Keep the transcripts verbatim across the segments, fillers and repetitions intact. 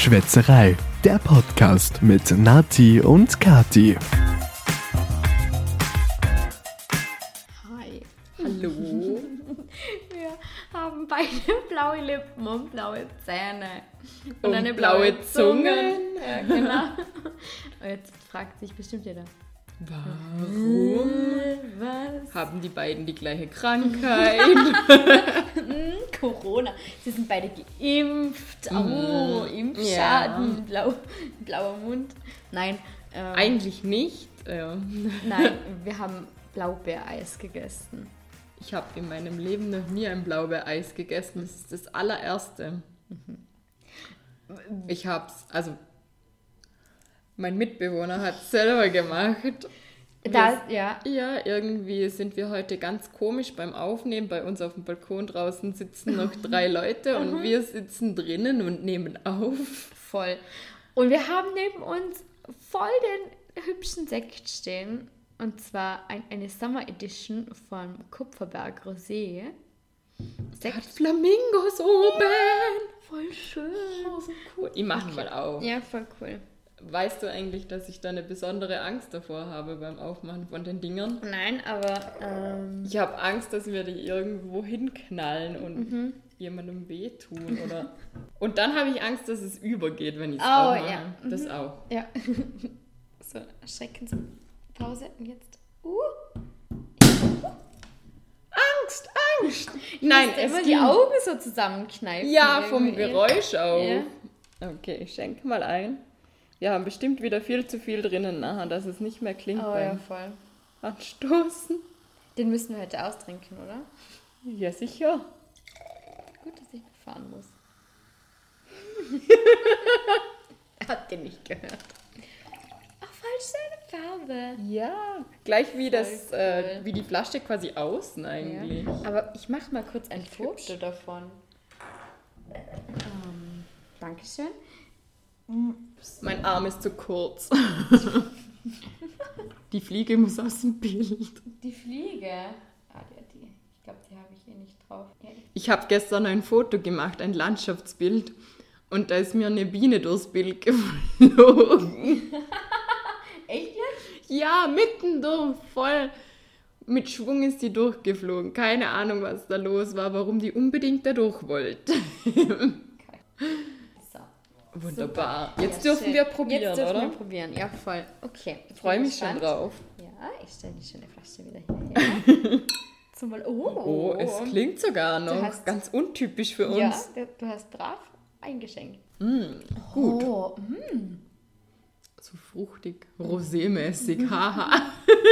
Schwätzerei, der Podcast mit Nati und Kati. Hi. Hallo. Wir haben beide blaue Lippen und blaue Zähne. Und, Und eine blaue blaue Zunge. Zunge. Ja, genau. Und jetzt fragt sich bestimmt jeder. Warum Was? haben die beiden die gleiche Krankheit? Hm, Corona. Sie sind beide geimpft. Oh, Mm, Impfschaden. Blau, blauer Mund. Nein. Ähm, Eigentlich nicht. Ja. Nein, wir haben Blaubeereis gegessen. Ich habe in meinem Leben noch nie ein Blaubeereis gegessen. Das ist das allererste. Ich hab's, also mein Mitbewohner hat es selber gemacht. Das, ja. Ja, irgendwie sind wir heute ganz komisch beim Aufnehmen. Bei uns auf dem Balkon draußen sitzen noch drei Leute und wir sitzen drinnen und nehmen auf. Voll. Und wir haben neben uns voll den hübschen Sekt stehen. Und zwar ein, eine Summer Edition von Kupferberg Rosé. Der hat Flamingos oben. Voll schön. Oh, so cool. Ich mach mal auf. Ja, voll cool. Weißt du eigentlich, dass ich da eine besondere Angst davor habe beim Aufmachen von den Dingern? Nein, aber ähm, Ich habe Angst, dass wir die irgendwo hinknallen und mhm. jemandem wehtun. Oder und dann habe ich Angst, dass es übergeht, wenn ich es Oh, aufmache. ja. Das Mhm. auch. ja. So, Schreckens. Pause und jetzt. Uh. Angst, Angst! Nein, Musst du es immer ging. die Augen so zusammenkneifen. Ja, vom irgendwie. Geräusch auch. Ja. Okay, ich schenke mal ein. Wir haben bestimmt wieder viel zu viel drinnen nachher, dass es nicht mehr klingt Oh ja, beim voll. Anstoßen. Den müssen wir heute austrinken, oder? Ja, sicher. Gut, dass ich fahren muss. Er hat den nicht gehört. Ach, voll schöne Farbe. Ja, gleich wie das, Voll äh, cool. wie die Flasche quasi außen eigentlich. Ja. Aber ich mache mal kurz ein Foto davon. Ähm, Dankeschön. Mein Arm ist zu kurz. Die Fliege muss aus dem Bild. Die Fliege. Ah, die, die. Ich glaube, die habe ich hier nicht drauf. Ja, ich- Ich habe gestern ein Foto gemacht, ein Landschaftsbild. Und da ist mir eine Biene durchs Bild geflogen. Echt jetzt? Ja, mittendurch, voll mit Schwung ist die durchgeflogen. Keine Ahnung, was da los war, warum die unbedingt da durch wollte. So. Wunderbar. Super. Jetzt Ja, dürfen schön. wir probieren, Jetzt dürfen oder? wir probieren, ja voll. Okay. Ich freue bin mich schon gespannt. drauf. Ja, ich stelle die schöne Flasche wieder hierher. Zum Wohl. Oh, Oh, es klingt sogar noch hast- ganz untypisch für Ja, uns. du du hast brav eingeschenkt. Gut. Oh, mm. So fruchtig, rosémäßig, haha.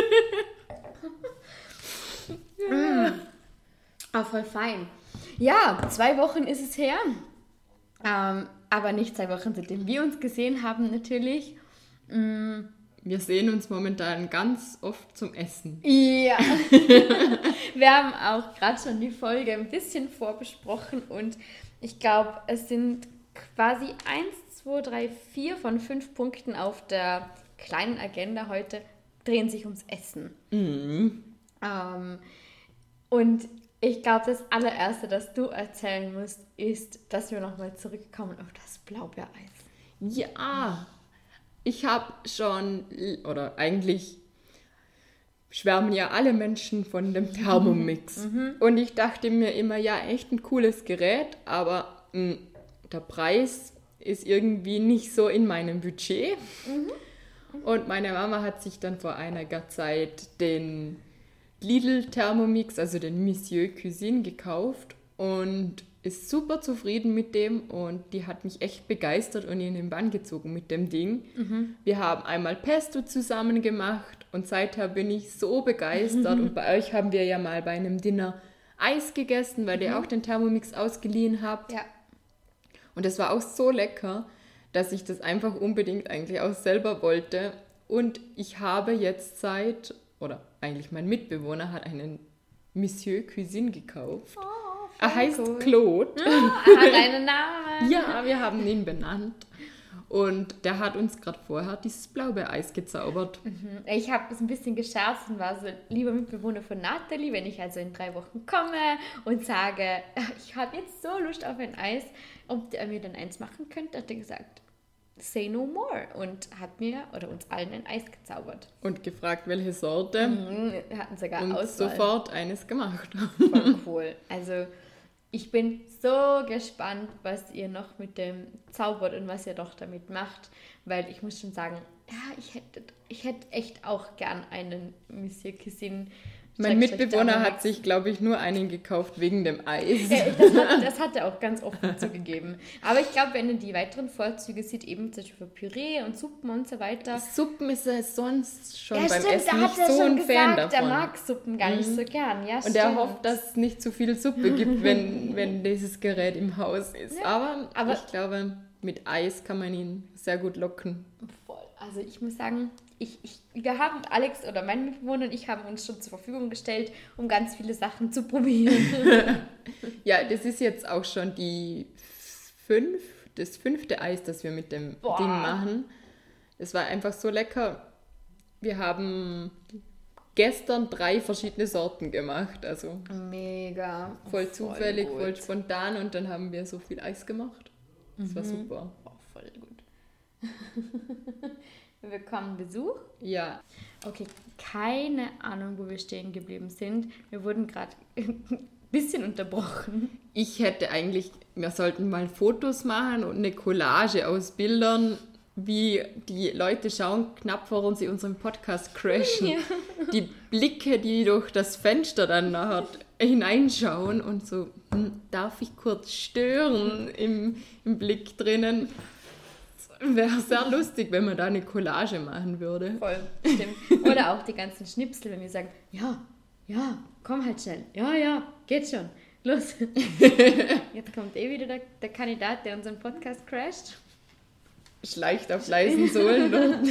Ah, voll fein. Ja, zwei Wochen ist es her. Ähm, aber nicht zwei Wochen, seitdem wir uns gesehen haben, natürlich. Mm, Wir sehen uns momentan ganz oft zum Essen. ja. Wir haben auch gerade schon die Folge ein bisschen vorbesprochen und ich glaube, es sind quasi eins, zwei, drei, vier von fünf Punkten auf der kleinen Agenda heute drehen sich ums Essen. Mhm. Ähm, und ich glaube, das allererste, das du erzählen musst, ist, dass wir nochmal zurückkommen auf das Blaubeereis. Ja, ich habe schon, oder eigentlich schwärmen ja alle Menschen von dem Thermomix. Und ich dachte mir immer, ja, echt ein cooles Gerät, aber mh, der Preis ist irgendwie nicht so in meinem Budget. Und meine Mama hat sich dann vor einiger Zeit den Lidl Thermomix, also den Monsieur Cuisine, gekauft und ist super zufrieden mit dem und die hat mich echt begeistert und in den Bann gezogen mit dem Ding. Mhm. Wir haben einmal Pesto zusammen gemacht und seither bin ich so begeistert. Mhm. Und bei euch haben wir ja mal bei einem Dinner Eis gegessen, weil mhm. ihr auch den Thermomix ausgeliehen habt. Ja. Und das war auch so lecker, dass ich das einfach unbedingt eigentlich auch selber wollte. Und ich habe jetzt seit, oder eigentlich mein Mitbewohner hat einen Monsieur Cuisine gekauft. Oh, er heißt cool. Claude. Ah, er hat einen Namen. Ja, wir haben ihn benannt. Und der hat uns gerade vorher dieses Blaubeereis gezaubert. Ich habe es ein bisschen gescherzt und war so, lieber Mitbewohner von Nathalie, wenn ich also in drei Wochen komme und sage, ich habe jetzt so Lust auf ein Eis, ob der mir dann eins machen könnte, hat er gesagt, say no more, und hat mir oder uns allen ein Eis gezaubert. Und gefragt, welche Sorte. Mhm, wir hatten sogar Und Auswahl. sofort eines gemacht. Voll cool. Also ich bin so gespannt, was ihr noch mit dem zaubert und was ihr doch damit macht, weil ich muss schon sagen, ja, ich hätte, ich hätte echt auch gern einen Monsieur Cuisine. Mein Mitbewohner hat sich, glaube ich, nur einen gekauft wegen dem Eis. Ja, das, hat, das hat er auch ganz offen zugegeben. Aber ich glaube, wenn er die weiteren Vorzüge sieht, eben zum Beispiel für Püree und Suppen und so weiter. Suppen ist er sonst schon Ja, beim stimmt, Essen da nicht hat er so schon ein gesagt, Fan davon. er mag Suppen gar nicht so gern. Ja, Und er stimmt. hofft, dass es nicht zu viel Suppe gibt, wenn, wenn dieses Gerät im Haus ist. Ja, aber, aber- ich glaube, mit Eis kann man ihn sehr gut locken. Voll. Also ich muss sagen, ich, ich, wir haben, Alex oder mein Mitbewohner und ich haben uns schon zur Verfügung gestellt, um ganz viele Sachen zu probieren. Ja, das ist jetzt auch schon die fünf, das fünfte Eis, das wir mit dem Boah. Ding machen. Es war einfach so lecker. Wir haben gestern drei verschiedene Sorten gemacht, also Mega. voll zufällig, gut. voll spontan, und dann haben wir so viel Eis gemacht. Das war super. Oh, voll gut. Wir bekommen Besuch. Ja, Okay, keine Ahnung, wo wir stehen geblieben sind. Wir wurden gerade ein bisschen unterbrochen. ich hätte eigentlich, wir sollten mal Fotos machen und eine Collage aus Bildern, wie die Leute schauen, knapp bevor sie unseren Podcast crashen. Ja. Die Blicke, die durch das Fenster dann nachher hineinschauen und so, hm, darf ich kurz stören im, im Blick drinnen. Wäre sehr lustig, wenn man da eine Collage machen würde. Voll, stimmt. Oder auch die ganzen Schnipsel, wenn wir sagen, ja, ja, komm halt schnell. Ja, ja, geht schon. Los. Jetzt kommt eh wieder der, der Kandidat, der unseren Podcast crasht. Schleicht auf leisen Sohlen dort.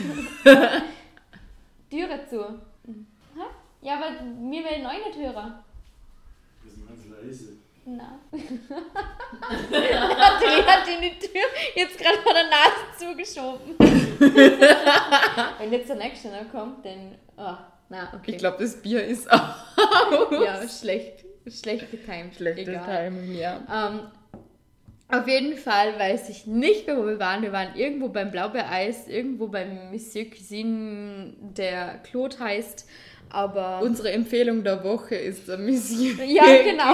Türe zu. Hä? Ja, aber mir will neu nicht hören. Wir sind ganz leise. Na. Nathalie hat in die Tür jetzt gerade vor der Nase zugeschoben. Wenn jetzt der nächste noch kommt, dann. Oh, na, okay. Ich glaube, das Bier ist auch Ja, schlecht. Schlecht getimt. schlechtes Egal. Timing, ja. Ähm, auf jeden Fall weiß ich nicht mehr, wo wir waren. Wir waren irgendwo beim Blaubeereis, irgendwo beim Monsieur Cuisine, der Claude heißt. Aber. Unsere Empfehlung der Woche ist der Monsieur. ja, genau.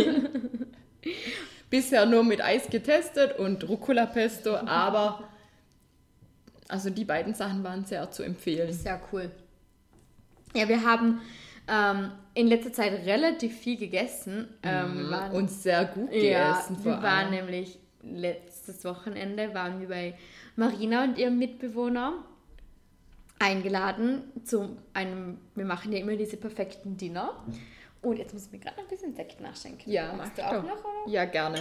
Bisher nur mit Eis getestet und Rucola Pesto, aber also die beiden Sachen waren sehr zu empfehlen. Sehr cool. Ja, wir haben ähm, in letzter Zeit relativ viel gegessen. Ähm, wir waren, Und sehr gut ja, gegessen wir vor waren allem. nämlich letztes Wochenende waren wir bei Marina und ihrem Mitbewohner eingeladen zu einem, wir machen ja immer diese perfekten Dinner. Und jetzt muss ich mir gerade noch ein bisschen Sekt nachschenken. Ja, Magst mach du auch doch. noch? Oder? Ja, gerne.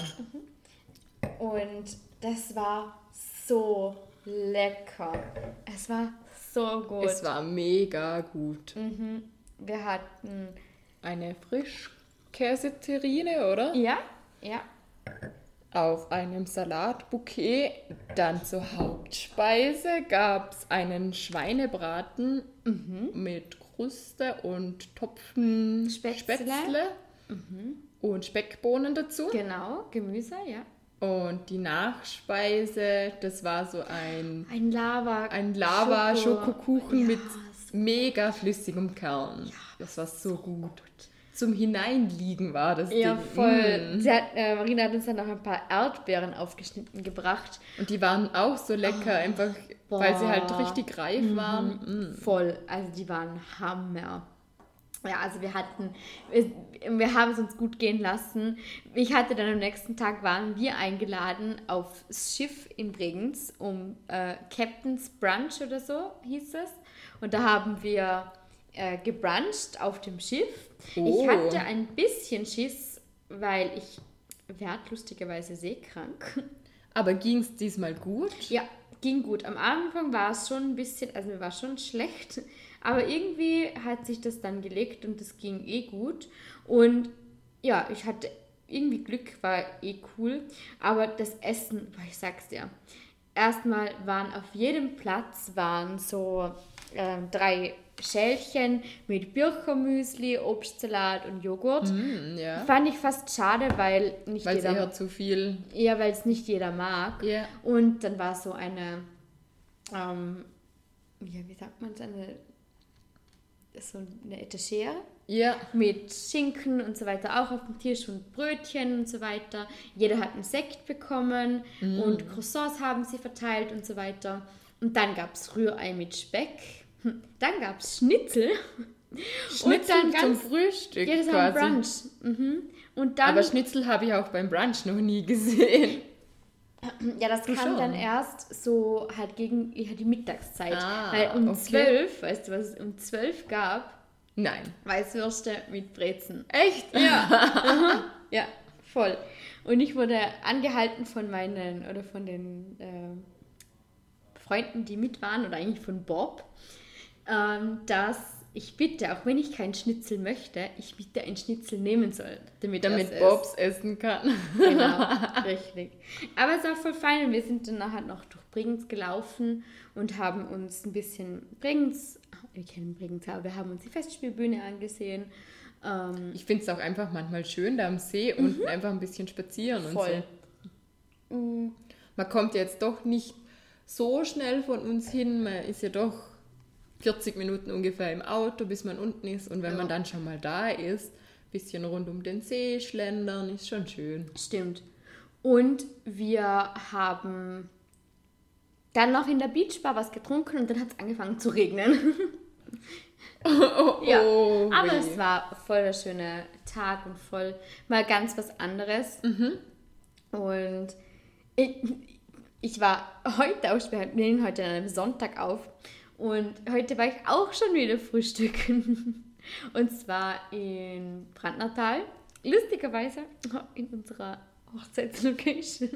Und das war so lecker. Es war so gut. Es war mega gut. Wir hatten, Eine Frischkäseterrine, oder? ja, ja, Auf einem Salatbouquet. Dann zur Hauptspeise gab es einen Schweinebraten mit Kruste und Topfen Spätzle. Spätzle und Speckbohnen dazu. genau, Gemüse, ja. Und die Nachspeise, das war so ein, Ein Lava. ein Schoko- Lava-Schokokuchen Ja, mit mega flüssigem Kern. Das war so gut. Zum Hineinliegen war das Ja, Ding. voll. Mm. Sie hat, äh, Marina hat uns dann noch ein paar Erdbeeren aufgeschnitten gebracht. Und die waren auch so lecker, einfach boah. weil sie halt richtig reif waren. Mm. Voll. Also die waren Hammer. Ja, also wir hatten, wir, wir haben es uns gut gehen lassen. Ich hatte dann am nächsten Tag, waren wir eingeladen aufs Schiff in Bregenz, um äh, Captain's Brunch oder so hieß es. Und da haben wir äh, gebruncht auf dem Schiff. Oh. Ich hatte ein bisschen Schiss, weil ich werde lustigerweise seekrank. Aber ging es diesmal gut? Ja, ging gut. Am Anfang war es schon ein bisschen, also mir war schon schlecht, aber irgendwie hat sich das dann gelegt und es ging eh gut. Und ja, ich hatte irgendwie Glück, war eh cool. Aber das Essen, boah, ich sag's dir, erstmal waren auf jedem Platz waren so ähm, drei Schälchen mit Birchermüsli, Obstsalat und Joghurt. Mm, ja. Fand ich fast schade, weil nicht Weil es jeder... eher zu viel... Ja, weil es nicht jeder mag. Ja. Und dann war so eine... Ähm, ja, wie sagt man es? Eine, so eine Etagere Ja. mit Schinken und so weiter auch auf dem Tisch und Brötchen und so weiter. Jeder hat einen Sekt bekommen Mm. und Croissants haben sie verteilt und so weiter. Und dann gab es Rührei mit Speck. Dann gab es Schnitzel. Schnitzel und dann zum ganz, Frühstück ja, das war ein quasi. Brunch. Mhm. Und dann, Aber Schnitzel habe ich auch beim Brunch noch nie gesehen. ja, das Du kam schon. dann erst so halt gegen ja, die Mittagszeit. Ah, Weil um okay. zwölf, weißt du, was es um zwölf gab? Nein. Weißwürste mit Brezen. Echt? Ja. Ja, voll. Und ich wurde angehalten von meinen, oder von den äh, Freunden, die mit waren, oder eigentlich von Bob, ähm, dass ich bitte, auch wenn ich kein Schnitzel möchte, ich bitte ein Schnitzel nehmen soll, damit, Damit das Bobs ist. essen kann. Genau, richtig. Aber es war voll fein und wir sind dann nachher noch durch Bregenz gelaufen und haben uns ein bisschen Bregenz, wir kennen Bregenz, aber wir haben uns die Festspielbühne angesehen. Ähm, Ich finde es auch einfach manchmal schön da am See und einfach ein bisschen spazieren voll. und so. Man kommt jetzt doch nicht so schnell von uns hin. Man ist ja doch vierzig Minuten ungefähr im Auto, bis man unten ist. Und wenn Ja. man dann schon mal da ist, ein bisschen rund um den See schlendern, ist schon schön. Stimmt. Und wir haben dann noch in der Beachbar was getrunken und dann hat es angefangen zu regnen. Oh, Ja, oh, aber weh. es war voll der schöne Tag und voll mal ganz was anderes. Und ich, ich war heute auch, wir nehmen heute an einem Sonntag auf und heute war ich auch schon wieder frühstücken. Und zwar in Brandnertal, lustigerweise in unserer Hochzeitslocation.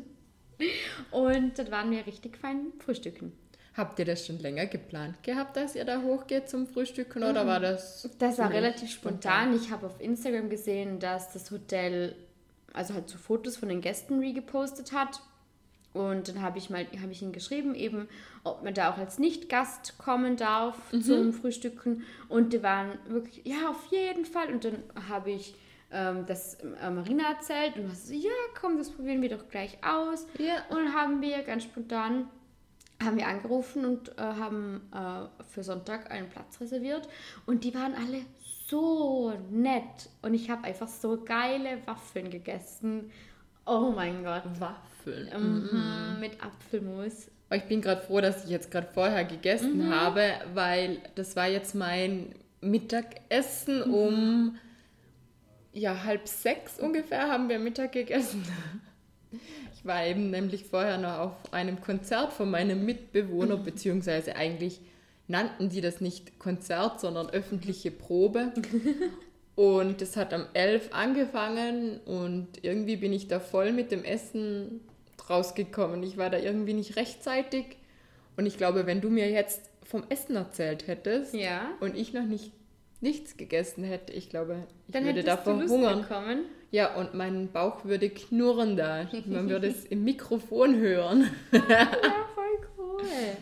Und dort waren wir richtig fein frühstücken. Habt ihr das schon länger geplant gehabt, dass ihr da hochgeht zum Frühstücken oder war das? Das war ziemlich relativ spontan. Ich habe auf Instagram gesehen, dass das Hotel also halt so Fotos von den Gästen regepostet hat. Und dann habe ich mal habe ich ihn geschrieben, eben, ob man da auch als Nicht-Gast kommen darf zum Frühstücken. Und die waren wirklich, ja, auf jeden Fall. Und dann habe ich ähm, das äh, Marina erzählt und war so, ja, komm, das probieren wir doch gleich aus. Ja. Und dann haben wir ganz spontan haben wir angerufen und äh, haben äh, für Sonntag einen Platz reserviert. Und die waren alle so nett. Und ich habe einfach so geile Waffeln gegessen. Oh mein Gott. Waffeln. Mhm, mit Apfelmus. Ich bin gerade froh, dass ich jetzt gerade vorher gegessen habe, weil das war jetzt mein Mittagessen um ja, halb sechs ungefähr haben wir Mittag gegessen. Ich war eben nämlich vorher noch auf einem Konzert von meinem Mitbewohner, beziehungsweise eigentlich nannten die das nicht Konzert, sondern öffentliche Probe. Und das hat um elf angefangen und irgendwie bin ich da voll mit dem Essen rausgekommen. Ich war da irgendwie nicht rechtzeitig und ich glaube, wenn du mir jetzt vom Essen erzählt hättest Ja. und ich noch nicht nichts gegessen hätte, ich glaube, ich Dann würde da hättest du Lust verhungern. bekommen. Ja, und mein Bauch würde knurren da. Man würde es im Mikrofon hören. Ja, voll cool.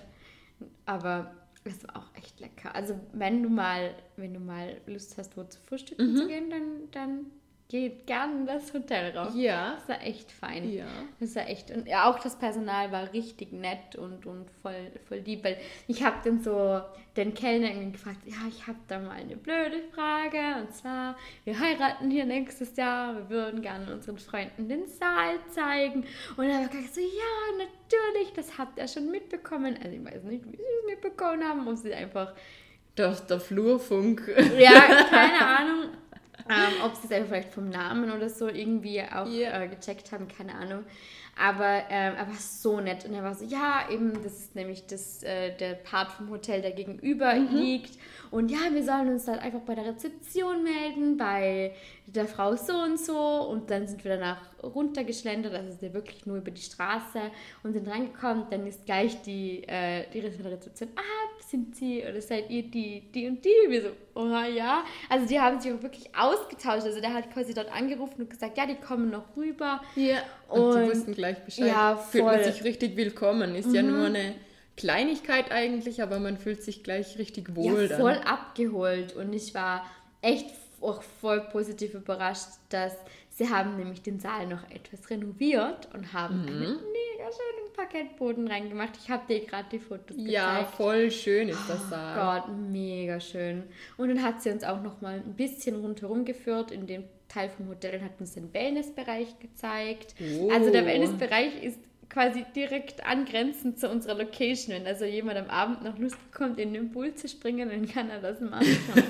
Aber es war auch echt lecker. Also wenn du mal, wenn du mal Lust hast, wo zu frühstücken zu gehen, dann, dann geh gerne in das Hotel rauf. Ja. Das war echt fein. Ja. Das war echt, und ja, auch das Personal war richtig nett und, und voll, voll lieb, weil ich habe dann so den Kellner irgendwie gefragt, ja, ich habe da mal eine blöde Frage und zwar, wir heiraten hier nächstes Jahr, wir würden gerne unseren Freunden den Saal zeigen und er hat gesagt so, ja, natürlich, das habt ihr schon mitbekommen, also ich weiß nicht, wie sie es mitbekommen haben, ob sie einfach, Der, der Flurfunk. ja, keine Ahnung, Ähm, ob sie es einfach vielleicht vom Namen oder so irgendwie auch Ja. äh, gecheckt haben, keine Ahnung. Aber ähm, er war so nett und er war so, ja, eben, das ist nämlich das, äh, der Part vom Hotel, der gegenüber liegt. Und ja, wir sollen uns dann einfach bei der Rezeption melden, bei der Frau so und so. Und dann sind wir danach runtergeschlendert, also sind wir wirklich nur über die Straße und sind reingekommen. Dann ist gleich die, äh, die Rezeption, ah, sind Sie oder seid ihr die, die und die? Wir so, oh ja. Also die haben sich auch wirklich ausgetauscht. Also der hat quasi dort angerufen und gesagt, ja, die kommen noch rüber. Ja, und, und die Und- wussten gleich Bescheid. Ja, Fühlt man voll. sich richtig willkommen. Ist ja nur eine Kleinigkeit eigentlich, aber man fühlt sich gleich richtig wohl Ja, voll dann. abgeholt. Und ich war echt auch voll positiv überrascht, dass sie haben nämlich den Saal noch etwas renoviert und haben Mhm. einen mega schönen Parkettboden reingemacht. Ich habe dir gerade die Fotos Ja, gezeigt. voll schön ist das Saal. Gott, mega schön. Und dann hat sie uns auch noch mal ein bisschen rundherum geführt. In dem Teil vom Hotel und hat uns den Wellnessbereich gezeigt. Oh. Also der Wellnessbereich ist quasi direkt angrenzend zu unserer Location. Wenn also jemand am Abend noch Lust bekommt, in den Pool zu springen, dann kann er das machen.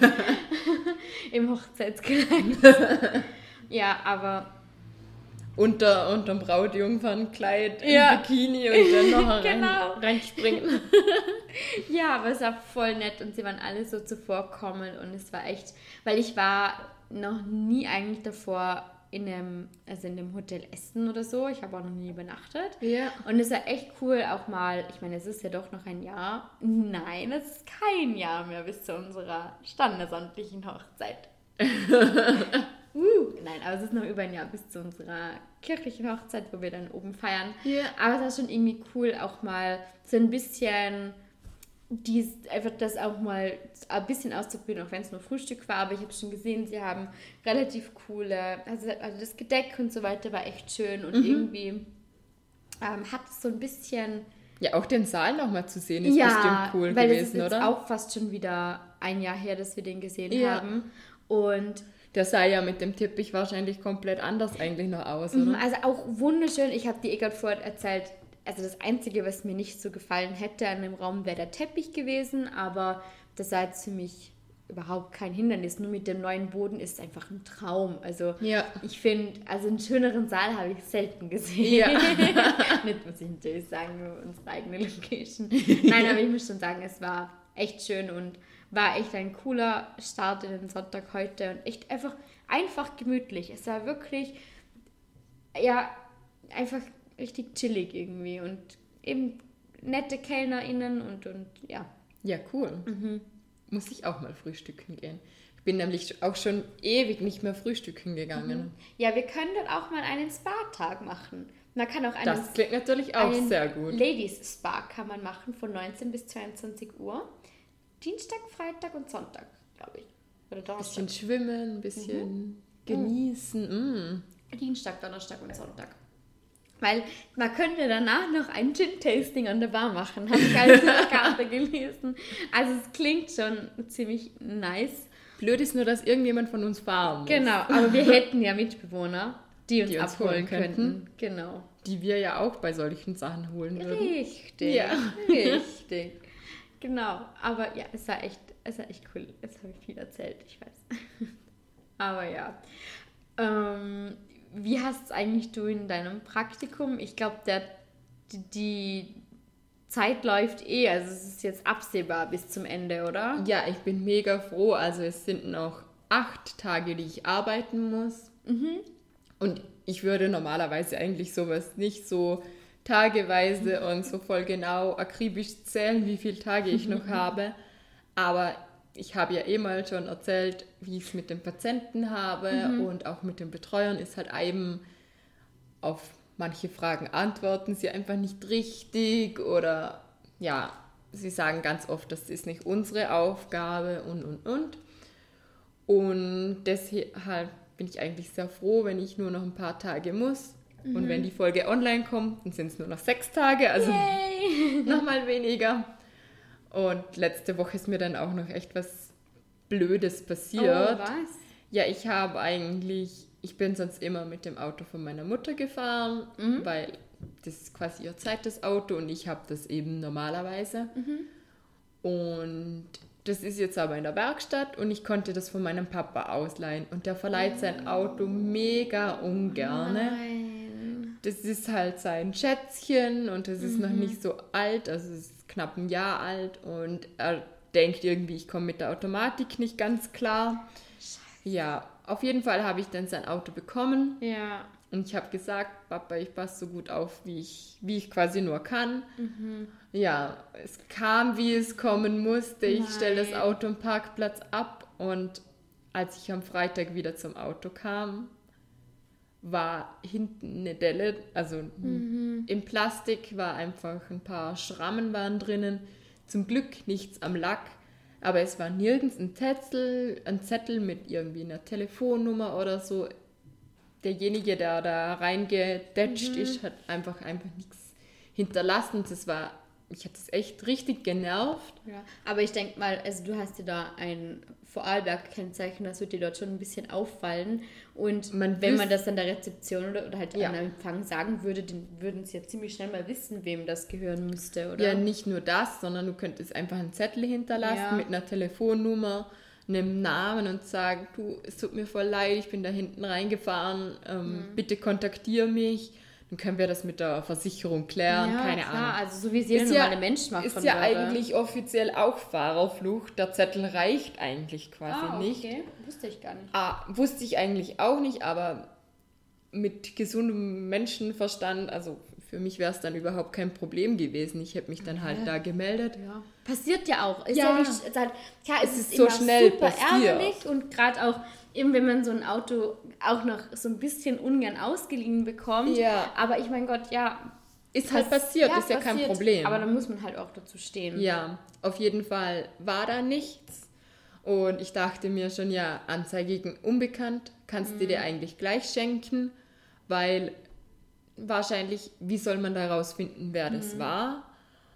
Im Hochzeitskleid. Ja, aber Unter, unterm Brautjungfernkleid, Ja. im Bikini und dann noch rein, Genau. reinspringen. ja, aber es war voll nett und sie waren alle so zuvorkommend und es war echt, weil ich war noch nie eigentlich davor in einem, also in einem Hotel essen oder so. Ich habe auch noch nie übernachtet. Ja. Und es war echt cool, auch mal, ich meine, es ist ja doch noch ein Jahr. Nein, es ist kein Jahr mehr bis zu unserer standesamtlichen Hochzeit. uh, nein, aber es ist noch über ein Jahr bis zu unserer kirchlichen Hochzeit, wo wir dann oben feiern. Ja. Aber es war schon irgendwie cool, auch mal so ein bisschen dies, einfach das auch mal ein bisschen auszuprobieren, auch wenn es nur Frühstück war. Aber ich habe schon gesehen, sie haben relativ coole, also, also das Gedeck und so weiter war echt schön und irgendwie ähm, hat es so ein bisschen... Ja, auch den Saal nochmal zu sehen, ist ja, bestimmt cool weil gewesen, es ist jetzt oder? auch fast schon wieder ein Jahr her, dass wir den gesehen Ja. haben. Und Der sah ja mit dem Teppich wahrscheinlich komplett anders eigentlich noch aus, mhm, oder? also auch wunderschön. Ich habe dir eh gerade vorher erzählt, also das Einzige, was mir nicht so gefallen hätte an dem Raum, wäre der Teppich gewesen, aber das war jetzt für mich überhaupt kein Hindernis. Nur mit dem neuen Boden ist es einfach ein Traum. Also Ja. ich finde, also einen schöneren Saal habe ich selten gesehen. Ja. Nicht, muss ich natürlich sagen, nur unsere eigene Location. Nein, aber ich muss schon sagen, es war echt schön und war echt ein cooler Start in den Sonntag heute und echt einfach, einfach gemütlich. Es war wirklich, ja, einfach richtig chillig irgendwie und eben nette KellnerInnen und, und ja. Ja, cool. Muss ich auch mal frühstücken gehen. Ich bin nämlich auch schon ewig nicht mehr frühstücken gegangen. Ja, wir können dort auch mal einen Spa-Tag machen. Man kann auch einen, Das klingt natürlich auch einen sehr gut. Ladies-Spa kann man machen von neunzehn bis zweiundzwanzig Uhr. Dienstag, Freitag und Sonntag, glaube ich. Oder Ein Donnerstag. bisschen schwimmen, ein bisschen genießen. Mm. Dienstag, Donnerstag und Sonntag. Weil man könnte danach noch ein Gin-Tasting an der Bar machen, habe ich als Karte gelesen. Also es klingt schon ziemlich nice. Blöd ist nur, dass irgendjemand von uns fahren muss. Genau, aber wir hätten ja Mitbewohner, die uns, Die uns abholen holen könnten. könnten. Genau. Die wir ja auch bei solchen Sachen holen würden. Richtig. Ja. Richtig. Genau. Aber ja, es war echt, es war echt cool. Jetzt habe ich viel erzählt, ich weiß. Aber ja. Ähm, wie hast es eigentlich du in deinem Praktikum? Ich glaube, der die, die Zeit läuft eh, also es ist jetzt absehbar bis zum Ende, oder? Ja, ich bin mega froh. Also es sind noch acht Tage, die ich arbeiten muss. Und ich würde normalerweise eigentlich sowas nicht so tageweise und so voll genau akribisch zählen, wie viele Tage ich noch habe. Aber ich habe ja eh mal schon erzählt, wie ich es mit den Patienten habe und auch mit den Betreuern ist halt eben auf manche Fragen antworten sie einfach nicht richtig oder ja, sie sagen ganz oft, das ist nicht unsere Aufgabe und und und. Und deshalb bin ich eigentlich sehr froh, wenn ich nur noch ein paar Tage muss. Und wenn die Folge online kommt, dann sind es nur noch sechs Tage, also nochmal weniger. Und letzte Woche ist mir dann auch noch echt was Blödes passiert. Oh, was? Ja, ich habe eigentlich, ich bin sonst immer mit dem Auto von meiner Mutter gefahren, weil das ist quasi ihr zweites Auto und ich habe das eben normalerweise. Und das ist jetzt aber in der Werkstatt und ich konnte das von meinem Papa ausleihen. Und der verleiht sein Auto mega ungerne. Nein. Das ist halt sein Schätzchen und es ist noch nicht so alt, also es ist knapp ein Jahr alt und er denkt irgendwie, ich komme mit der Automatik nicht ganz klar. Ja, auf jeden Fall habe ich dann sein Auto bekommen Ja. Und ich habe gesagt, Papa, ich passe so gut auf, wie ich, wie ich quasi nur kann. Mhm. Ja, es kam, wie es kommen musste. Ich stelle das Auto am Parkplatz ab und als ich am Freitag wieder zum Auto kam, war hinten eine Delle, also mhm. im Plastik war einfach ein paar Schrammen waren drinnen. Zum Glück nichts am Lack, aber es war nirgends ein Zettel, ein Zettel mit irgendwie einer Telefonnummer oder so. Derjenige, der da reingedetscht mhm. ist, hat einfach einfach nichts hinterlassen. Das war, ich hatte es echt richtig genervt. Ja, aber ich denke mal, also du hast dir da ein Vorarlberg-Kennzeichen, das wird dir dort schon ein bisschen auffallen. Und man wenn man das dann der Rezeption oder, oder halt ja. an der Empfang sagen würde, dann würden sie ja ziemlich schnell mal wissen, wem das gehören müsste, oder? Ja, nicht nur das, sondern du könntest einfach einen Zettel hinterlassen ja. mit einer Telefonnummer, einem Namen und sagen, du, es tut mir voll leid, ich bin da hinten reingefahren, ähm, mhm. bitte kontaktiere mich. Dann können wir das mit der Versicherung klären, ja, keine klar. Ahnung. Also so wie es jeder normale ja, Mensch macht. Ist ja würde. Eigentlich offiziell auch Fahrerflucht. Der Zettel reicht eigentlich quasi ah, nicht. okay. Wusste ich gar nicht. Ah, wusste ich eigentlich auch nicht, aber mit gesundem Menschenverstand, also für mich wäre es dann überhaupt kein Problem gewesen. Ich hätte mich dann halt ja. da gemeldet. Ja. Passiert ja auch. Ist ja, ja, nicht, ist halt, klar, es, es ist, ist so schnell super passiert. ärgerlich und gerade auch eben, wenn man so ein Auto auch noch so ein bisschen ungern ausgeliehen bekommt. Ja. Aber ich mein Gott, ja. Ist halt passiert, ja, ist ja passiert, kein Problem. Aber da muss man halt auch dazu stehen. Ja, auf jeden Fall war da nichts. Und ich dachte mir schon, ja, Anzeige gegen Unbekannt kannst mhm. du dir eigentlich gleich schenken, weil wahrscheinlich, wie soll man da rausfinden, wer das mhm. war?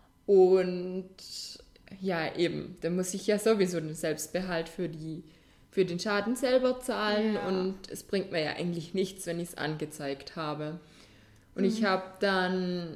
Und ja, eben, da muss ich ja sowieso den Selbstbehalt für die für den Schaden selber zahlen ja. und es bringt mir ja eigentlich nichts, wenn ich es angezeigt habe. Und mhm. ich habe dann,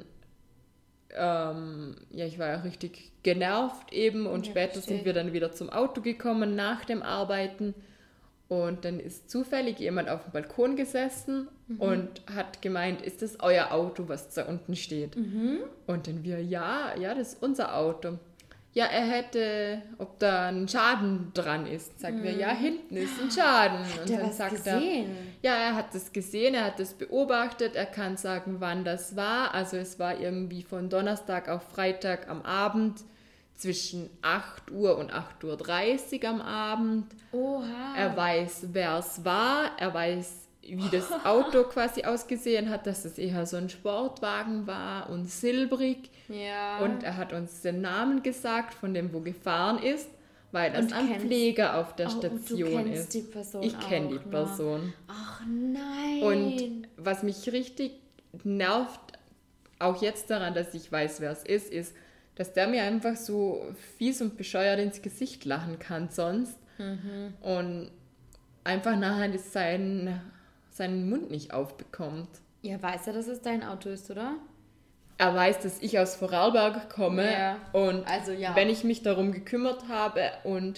ähm, ja, ich war ja richtig genervt eben und ja, später verstehe. Sind wir dann wieder zum Auto gekommen nach dem Arbeiten und dann ist zufällig jemand auf dem Balkon gesessen mhm. und hat gemeint, ist das euer Auto, was da unten steht? Mhm. Und dann wir, ja, ja, das ist unser Auto. Ja, er hätte, ob da ein Schaden dran ist. Sagen mm. wir, ja, hinten ist ein Schaden. Hat und er dann was sagt gesehen? er, ja, er hat das gesehen, er hat das beobachtet, er kann sagen, wann das war. Also es war irgendwie von Donnerstag auf Freitag am Abend zwischen acht Uhr und acht Uhr dreißig am Abend. Oha. Er weiß, wer es war, er weiß, wie das Auto quasi ausgesehen hat, dass es eher so ein Sportwagen war und silbrig. Ja. Und er hat uns den Namen gesagt, von dem, wo gefahren ist, weil das ein kennst, Pfleger auf der oh, Station und du kennst ist. Die Person ich kenne die ne? Person. Ach nein. Und was mich richtig nervt, auch jetzt daran, dass ich weiß, wer es ist, ist, dass der mir einfach so fies und bescheuert ins Gesicht lachen kann sonst. Mhm. Und einfach nachher sein... seinen Mund nicht aufbekommt. Ja, weiß er, dass es dein Auto ist, oder? Er weiß, dass ich aus Vorarlberg komme ja. und also, ja. wenn ich mich darum gekümmert habe und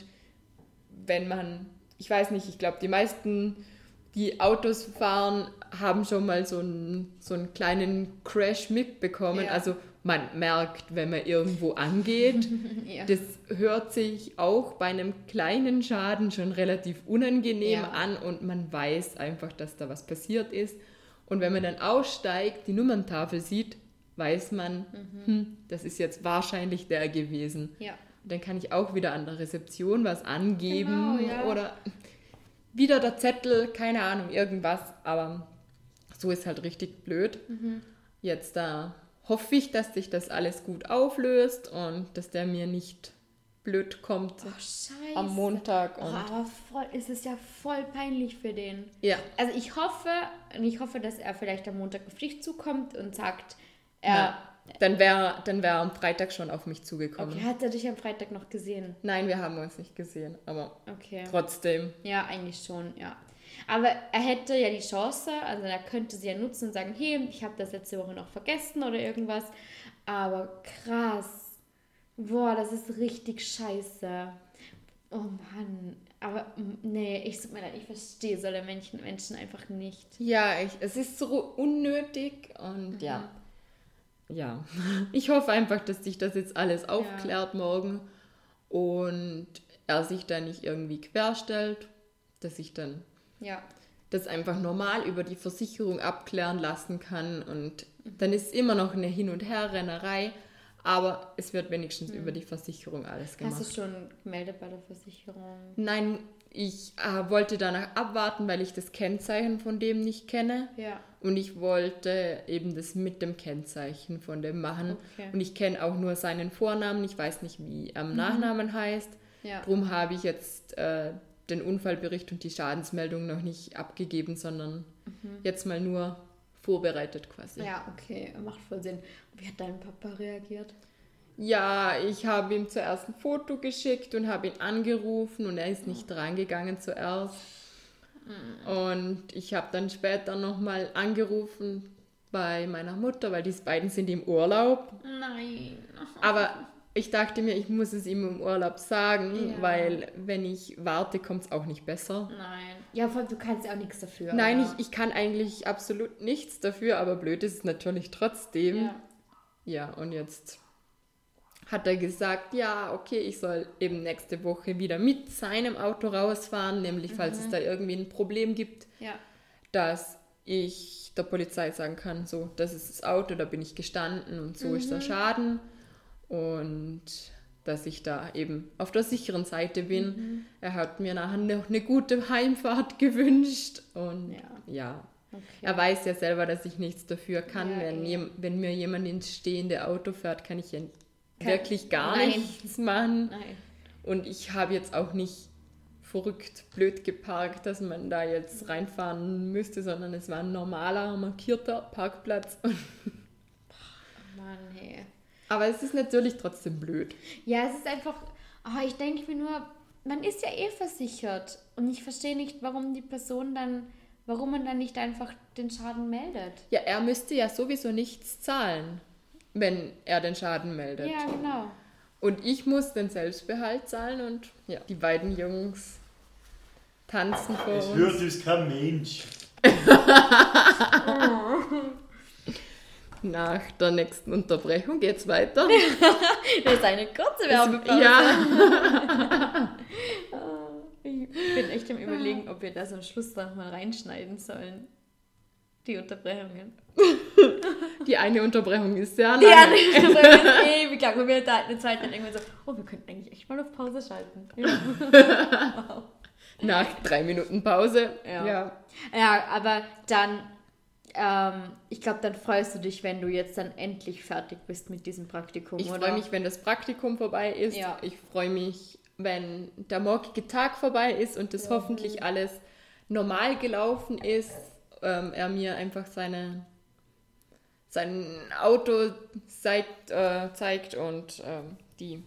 wenn man, ich weiß nicht, ich glaube, die meisten, die Autos fahren, haben schon mal so einen, so einen kleinen Crash mitbekommen. Ja. Also man merkt, wenn man irgendwo angeht. ja. Das hört sich auch bei einem kleinen Schaden schon relativ unangenehm ja. an und man weiß einfach, dass da was passiert ist. Und wenn man dann aussteigt, die Nummerntafel sieht, weiß man, mhm. hm, das ist jetzt wahrscheinlich der gewesen. Ja. Und dann kann ich auch wieder an der Rezeption was angeben genau, ja. oder wieder der Zettel, keine Ahnung, irgendwas. Aber so ist halt richtig blöd. Mhm. Jetzt da hoffe ich, dass sich das alles gut auflöst und dass der mir nicht blöd kommt oh, am Montag. Und oh, aber voll, es ist ja voll peinlich für den. Ja. Also ich hoffe, ich hoffe, dass er vielleicht am Montag auf dich zukommt und sagt, er... Na, dann wäre dann wär am Freitag schon auf mich zugekommen. Okay, hat er dich am Freitag noch gesehen? Nein, wir haben uns nicht gesehen, aber okay. trotzdem. Ja, eigentlich schon, ja. Aber er hätte ja die Chance, also er könnte sie ja nutzen und sagen, hey, ich habe das letzte Woche noch vergessen oder irgendwas. Aber krass. Boah, das ist richtig scheiße. Oh Mann. Aber nee, ich tut mir leid, ich verstehe solche Menschen, Menschen einfach nicht. Ja, ich, es ist so unnötig und mhm. ja. Ja, ich hoffe einfach, dass sich das jetzt alles aufklärt ja. morgen und er sich da nicht irgendwie querstellt, dass ich dann ja. das einfach normal über die Versicherung abklären lassen kann und dann ist immer noch eine Hin- und Herrennerei, aber es wird wenigstens mhm. über die Versicherung alles gemacht. Hast du schon gemeldet bei der Versicherung? Nein, ich äh, wollte danach abwarten, weil ich das Kennzeichen von dem nicht kenne. Ja. Und ich wollte eben das mit dem Kennzeichen von dem machen. Okay. Und ich kenne auch nur seinen Vornamen, ich weiß nicht, wie er am mhm. Nachnamen heißt. Ja. Darum habe ich jetzt äh, den Unfallbericht und die Schadensmeldung noch nicht abgegeben, sondern mhm. jetzt mal nur vorbereitet quasi. Ja, okay, macht voll Sinn. Wie hat dein Papa reagiert? Ja, ich habe ihm zuerst ein Foto geschickt und habe ihn angerufen und er ist nicht drangegangen zuerst. Und ich habe dann später nochmal angerufen bei meiner Mutter, weil die beiden sind im Urlaub. Nein. Aber ich dachte mir, ich muss es ihm im Urlaub sagen, Ja. weil wenn ich warte, kommt es auch nicht besser. Nein. Ja, vor allem, du kannst ja auch nichts dafür. Nein, oder? ich, ich kann eigentlich absolut nichts dafür, aber blöd ist es natürlich trotzdem. Ja. Ja, und jetzt hat er gesagt, ja, okay, ich soll eben nächste Woche wieder mit seinem Auto rausfahren, nämlich falls Mhm. es da irgendwie ein Problem gibt, Ja. dass ich der Polizei sagen kann, so, das ist das Auto, da bin ich gestanden und so Mhm. ist der Schaden und dass ich da eben auf der sicheren Seite bin. Mhm. Er hat mir nachher noch eine gute Heimfahrt gewünscht und Ja. ja. Okay. Er weiß ja selber, dass ich nichts dafür kann. Ja, wenn, eh. jem, wenn mir jemand ins stehende Auto fährt, kann ich ja Kein- wirklich gar Nein. nichts machen. Nein. Und ich habe jetzt auch nicht verrückt blöd geparkt, dass man da jetzt reinfahren müsste, sondern es war ein normaler, markierter Parkplatz. Mann, hey. Aber es ist natürlich trotzdem blöd. Ja, es ist einfach, oh, ich denke mir nur, man ist ja eh versichert und ich verstehe nicht, warum die Person dann, warum man dann nicht einfach den Schaden meldet. Ja, er müsste ja sowieso nichts zahlen, wenn er den Schaden meldet. Ja, genau. Und ich muss den Selbstbehalt zahlen und ja, die beiden Jungs tanzen vor Es uns. hört uns kein Mensch. Nach der nächsten Unterbrechung geht's weiter. Das ist eine kurze Werbepause. Ja. Ich bin echt am Überlegen, ob wir da so einen Schluss noch mal reinschneiden sollen. Die Unterbrechungen. Die eine Unterbrechung ist sehr Die lange. andere Unterbrechung ist ewig lang. Und wir da eine Zeit dann irgendwann so, oh, wir könnten eigentlich echt mal auf Pause schalten. Wow. Nach drei Minuten Pause. Ja. Ja. Ja, aber dann, ähm, ich glaube, dann freust du dich, wenn du jetzt dann endlich fertig bist mit diesem Praktikum, Ich oder? freue mich, wenn das Praktikum vorbei ist. Ja. Ich freue mich, wenn der morgige Tag vorbei ist und das Ja. hoffentlich alles normal gelaufen ist. Ähm, er mir einfach seine, sein Auto zeigt, äh, zeigt und ähm, die,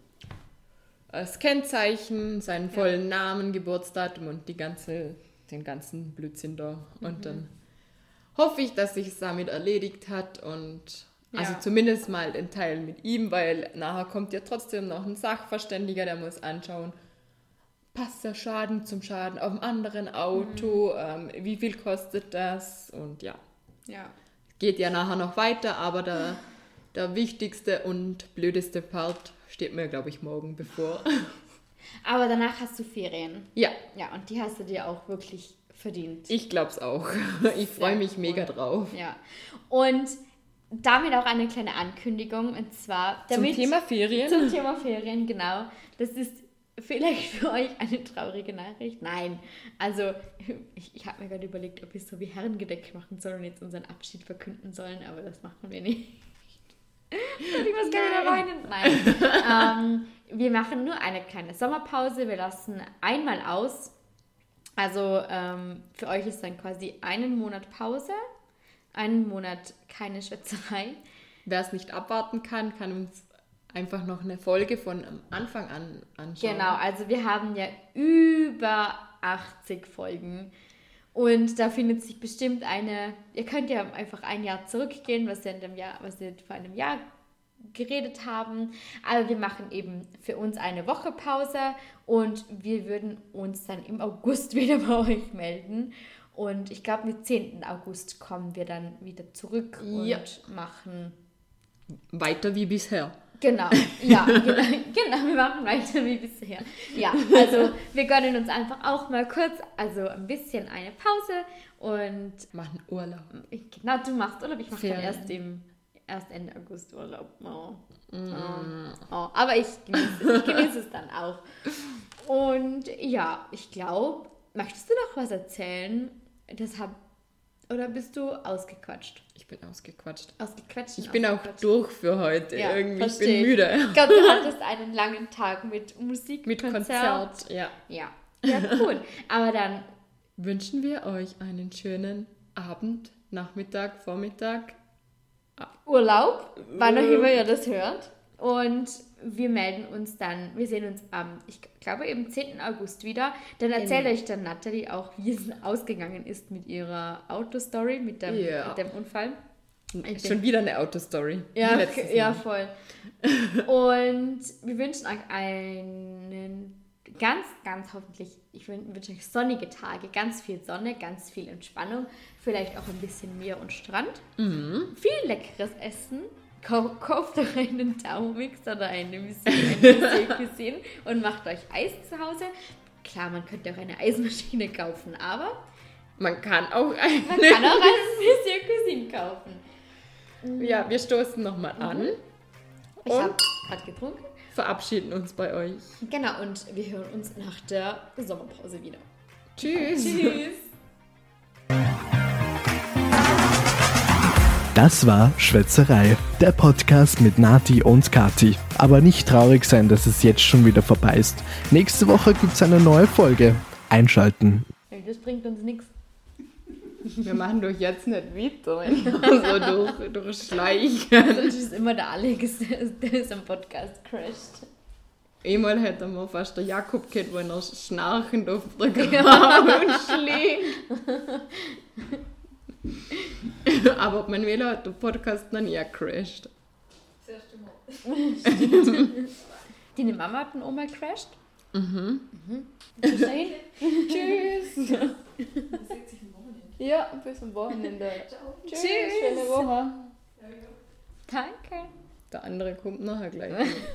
das Kennzeichen, seinen vollen Namen, Geburtsdatum und die ganze, den ganzen Blödsinn da. Und Mhm. dann hoffe ich, dass sich es damit erledigt hat und also Ja. zumindest mal den Teil mit ihm, weil nachher kommt ja trotzdem noch ein Sachverständiger, der muss anschauen, passt der Schaden zum Schaden auf dem anderen Auto, Mhm. ähm, wie viel kostet das und ja, Ja. geht ja nachher noch weiter, aber der, der wichtigste und blödeste Part steht mir, glaube ich, morgen bevor. Aber danach hast du Ferien. Ja, Ja, und die hast du dir auch wirklich verdient. ich glaube es auch. Ich freue mich cool. mega drauf. Ja. Und damit auch eine kleine Ankündigung, und zwar damit, Zum Thema Ferien? Zum Thema Ferien, genau. Das ist vielleicht für euch eine traurige Nachricht. Nein, also ich, ich habe mir gerade überlegt, ob wir es so wie Herrengedeck machen sollen und jetzt unseren Abschied verkünden sollen, aber das machen wir nicht. Und ich muss gerne wieder weinen. Nein. ähm, wir machen nur eine kleine Sommerpause. Wir lassen einmal aus. Also ähm, für euch ist dann quasi einen Monat Pause, einen Monat keine Schwätzerei. Wer es nicht abwarten kann, kann uns einfach noch eine Folge von am Anfang an anschauen. Genau, also wir haben ja über achtzig Folgen und da findet sich bestimmt eine, ihr könnt ja einfach ein Jahr zurückgehen, was wir, in dem Jahr, was wir vor einem Jahr geredet haben, aber wir machen eben für uns eine Woche Pause und wir würden uns dann im August wieder bei euch melden und ich glaube, am zehnten August kommen wir dann wieder zurück Ja. und machen Weiter wie bisher. Genau, ja, genau, genau, wir machen weiter wie bisher. Ja, also wir gönnen uns einfach auch mal kurz, also ein bisschen eine Pause und... Machen Urlaub. Genau, du machst Urlaub, ich mache dann Ferien. erst, im, erst Ende August Urlaub. Oh. Mm. Oh. Oh. Aber ich genieße, ich genieße es dann auch. Und ja, ich glaube, möchtest du noch was erzählen? Das hab, oder bist du ausgequatscht? Ich bin ausgequatscht. Ausgequatscht? Ich bin auch ausgequatscht. durch für heute. Ja, Irgendwie, ich verstehe bin müde. Ich glaube, du hattest einen langen Tag mit Musik, Mit Konzert, ja. Ja. Ja, cool. Aber dann, Wünschen wir euch einen schönen Abend, Nachmittag, Vormittag. Urlaub, wann auch immer ihr das hört. Und wir melden uns dann, wir sehen uns am, ich glaube eben zehnten August wieder. Dann erzählt euch dann Natalie auch, wie es ausgegangen ist mit ihrer Autostory, mit dem, Ja. mit dem Unfall. Schon wieder eine Autostory. Ja, Letztes ja, Mal. voll. Und wir wünschen euch einen ganz, ganz hoffentlich, ich wün- wünsche euch sonnige Tage, ganz viel Sonne, ganz viel Entspannung, vielleicht auch ein bisschen Meer und Strand, Mhm. viel leckeres Essen. Kau- Kauft euch einen Thermomix oder eine Monsieur-Cuisine und macht euch Eis zu Hause. Klar, man könnte auch eine Eismaschine kaufen, aber Man kann auch eine. man kann auch eine Monsieur-Cuisine kaufen. Ja, wir stoßen nochmal an, Ich Und? habe gerade getrunken. verabschieden uns bei euch. Genau, und wir hören uns nach der Sommerpause wieder. Tschüss. Tschüss! Das war Schwätzerei, der Podcast mit Nati und Kati. Aber nicht traurig sein, dass es jetzt schon wieder vorbei ist. Nächste Woche gibt's eine neue Folge. Einschalten. Das bringt uns nichts. Wir machen doch jetzt nicht weiter, so durch, durch Schleichen. Sonst ist immer der Alex, der ist am Podcast crasht. Einmal hätte man fast der Jakob gehabt, wenn er schnarchend auf der Couch schlägt. Aber mein Velo hat der Podcast noch nie gecrashed. Deine Mama hat einen Oma crasht? Mhm. Bis dahin. Tschüss. Ja, bis zum Wochenende. Tschüss. Schöne Woche. Danke. Der andere kommt nachher gleich.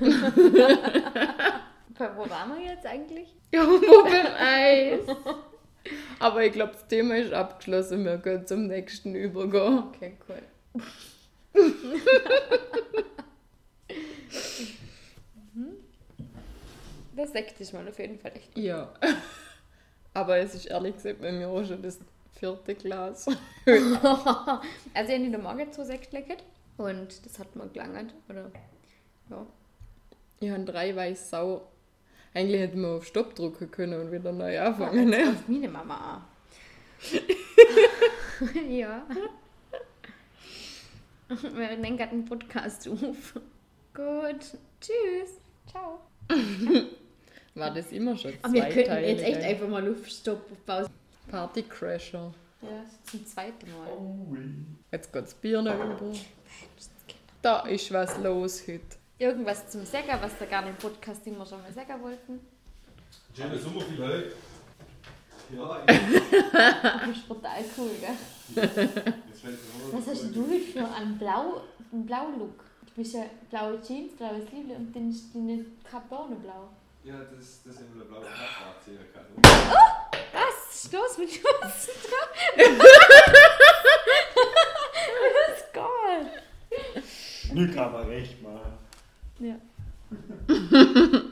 Wo waren wir jetzt eigentlich? Ja, wo beim Eis. Aber ich glaube, das Thema ist abgeschlossen. Wir können zum nächsten übergehen. Okay, cool. Das Sekt ist mal auf jeden Fall echt gut. Ja. Aber es ist ehrlich gesagt bei mir auch schon das vierte Glas. Also ich habe in der Morgen zu Sekt leckert und das hat mir gelangt. Oder ja. Ich habe drei weiß sau. Eigentlich hätten wir auf Stopp drücken können und wieder neu anfangen. Jetzt Ne? auf meine Mama an. Ja. Wir nehmen gerade einen Podcast auf. Gut. Tschüss. Ciao. War das immer schon Aber wir könnten zweiteilig, jetzt echt ey. einfach mal auf Stopp auf Pause. Partycrasher. Ja, zum zweiten Mal. Jetzt geht das Bier noch über. Da ist was los heute. Irgendwas zum Säger, was da gar nicht im Podcast immer schon mal sagen wollten. Schöne Sommer viel heute. Ja, Das ist total cool, gell? jetzt fällt mir Was hast du heute für einen Blau, einen Blau-Look? Du bist ja blaue Jeans, blaues Liebling und dann ist deine Kappe blau. Ja, das, das ist eine blaue Karte hier gerade. Was? Stoß mit was? Das ist geil. Nun kann man recht machen. Ja.